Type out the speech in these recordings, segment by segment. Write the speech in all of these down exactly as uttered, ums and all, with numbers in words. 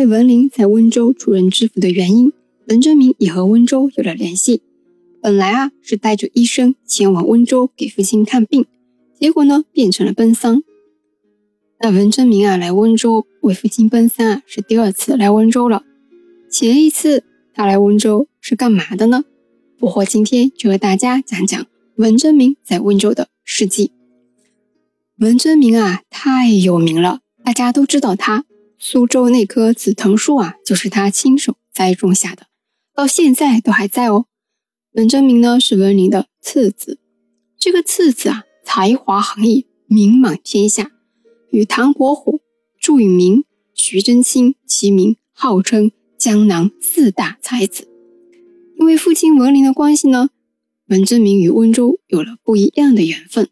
为文林在温州出任知府的原因，文征明也和温州有了联系。本来啊是带着医生前往温州给父亲看病，结果呢变成了奔丧。那文征明啊来温州为父亲奔丧啊是第二次来温州了。前一次他来温州是干嘛的呢？不惑今天就和大家讲讲文征明在温州的事迹。文征明啊太有名了，大家都知道他，苏州那棵紫藤树啊就是他亲手栽种下的，到现在都还在哦。文征明呢是文林的次子，这个次子啊才华横溢，名满天下，与唐伯虎、祝允明、徐祯卿齐名，号称江南四大才子。因为父亲文林的关系呢，文征明与温州有了不一样的缘分。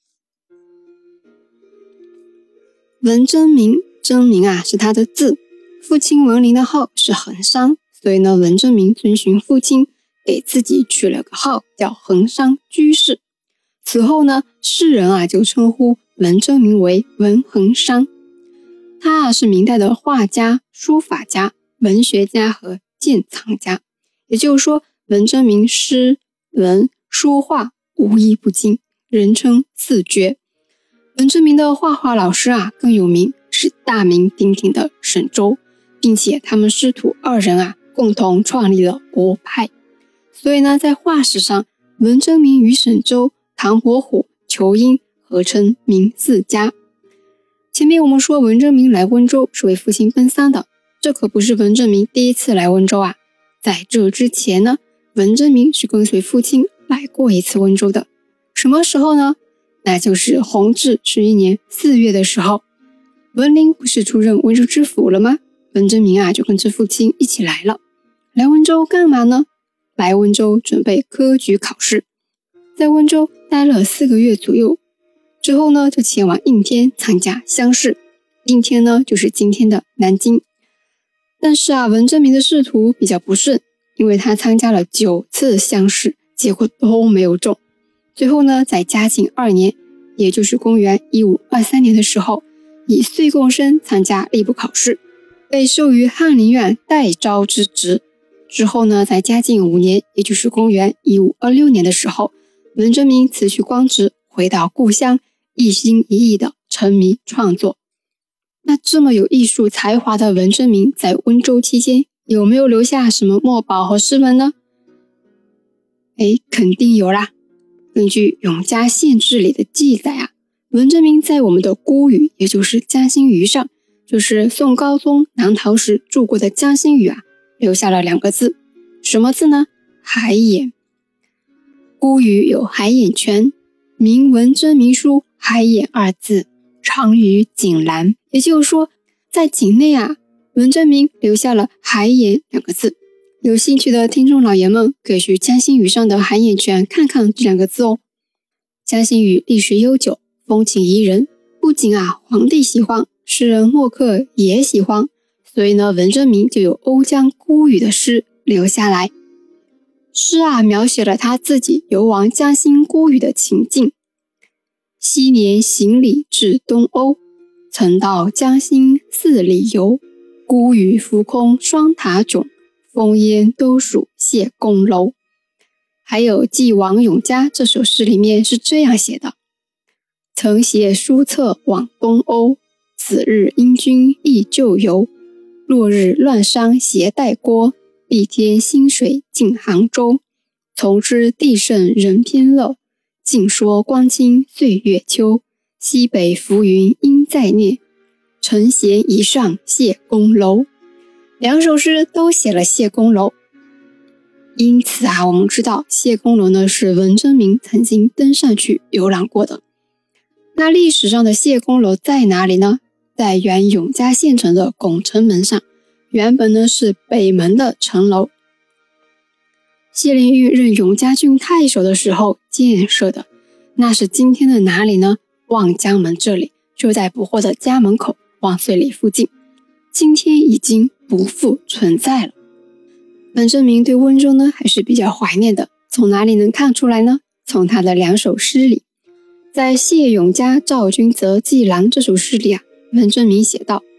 文征明，征明啊是他的字，父亲文林的号是衡山，所以呢文征明遵循父亲给自己取了个号叫衡山居士。此后呢世人啊就称呼文征明为文衡山。他啊是明代的画家、书法家、文学家和鉴藏家，也就是说文征明诗文书画无一不精，人称四绝。文征明的画画老师啊更有名，是大名鼎鼎的沈周，并且他们师徒二人啊共同创立了国派。所以呢在画史上，文征明与沈周、唐伯虎、仇英合称明四家。前面我们说文征明来温州是为父亲奔丧的，这可不是文征明第一次来温州啊。在这之前呢，文征明是跟随父亲来过一次温州的。什么时候呢？那就是弘治十一年四月的时候，文林不是出任温州知府了吗？文征明啊就跟着父亲一起来了。来温州干嘛呢？来温州准备科举考试。在温州待了四个月左右之后呢，就前往应天参加乡试。应天呢就是今天的南京。但是啊文征明的仕途比较不顺，因为他参加了九次乡试，结果都没有中。最后呢在嘉靖二年，也就是公元一五二三年的时候，以岁贡生参加吏部考试，被授予翰林院代招之职。之后呢在嘉靖五年，也就是公元一五二六年的时候，文征明辞去官职，回到故乡，一心一意的沉迷创作。那这么有艺术才华的文征明在温州期间有没有留下什么墨宝和诗文呢？诶，肯定有啦。根据《永嘉县志》里的记载啊，文征明在我们的孤屿，也就是江心屿上，就是宋高宗南逃时住过的江心屿啊，留下了两个字。什么字呢？海眼。孤屿有海眼泉，名文征明书海眼二字，藏于井栏。也就是说，在井内啊，文征明留下了海眼两个字。有兴趣的听众老爷们可以去江心屿上的海眼泉看看这两个字哦。江心屿历史悠久，风景宜人，不仅啊皇帝喜欢，诗人墨客也喜欢，所以呢文征明就有瓯江孤屿的诗留下来。诗啊描写了他自己游玩江心孤屿的情境。昔年行礼至东瓯，曾到江心四里游，孤屿浮空双塔迥，烽烟都属谢公楼。还有《寄王永嘉》这首诗里面是这样写的：曾携书册往东瓯，此日英军忆旧游，落日乱觞携带郭，碧天星水尽杭州。从知地盛人偏乐，尽说光阴岁月秋。西北浮云应在念，承衔一上谢公楼。两首诗都写了谢公楼，因此啊，我们知道谢公楼呢是文征明曾经登上去游览过的。那历史上的谢公楼在哪里呢？在原永嘉县城的拱城门上，原本呢是北门的城楼。谢灵运任永嘉郡太守的时候建设的，那是今天的哪里呢？望江门这里，就在不惑的家门口万岁里附近，今天已经不复存在了。文征明对温州呢还是比较怀念的，从哪里能看出来呢？从他的两首诗里。在谢永嘉赵君泽寄郎这首诗里啊，文征明写道：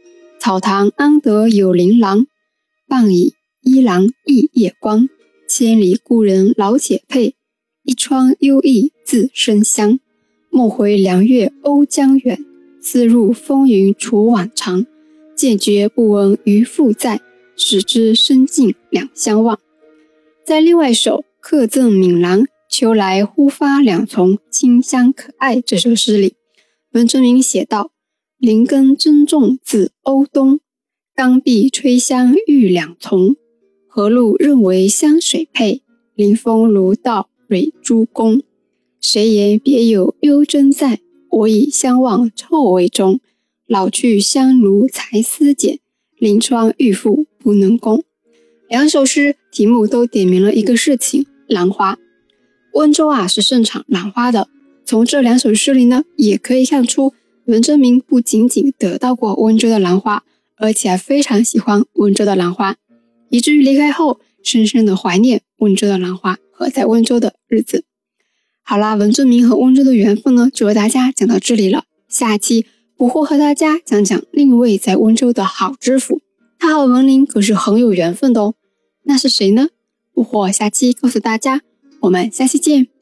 草堂安得有邻郎，傍倚依郎忆夜光。千里故人老且配，一窗幽翳自生香。梦回凉月瓯江远，思入风云楚往长。渐觉不闻渔父在，始知身尽两相忘。在另外一首客赠闽郎，秋来忽发两丛清香可爱这首诗里，文征明写道：林根珍重自瓯东，刚愎吹香玉两丛。何路认为香水配，临风如到蕊珠宫。谁言别有幽真在，我已相忘臭味中。老去香炉才思简，临窗欲复不能攻。两首诗题目都点明了一个事情，兰花。温州啊是盛产兰花的，从这两首诗里呢，也可以看出文征明不仅仅得到过温州的兰花，而且还非常喜欢温州的兰花，以至于离开后深深的怀念温州的兰花和在温州的日子。好啦，文征明和温州的缘分呢，就为大家讲到这里了。下期捕获和大家讲讲另一位在温州的好知府，他和文林可是很有缘分的哦。那是谁呢？捕获下期告诉大家，我们下期见。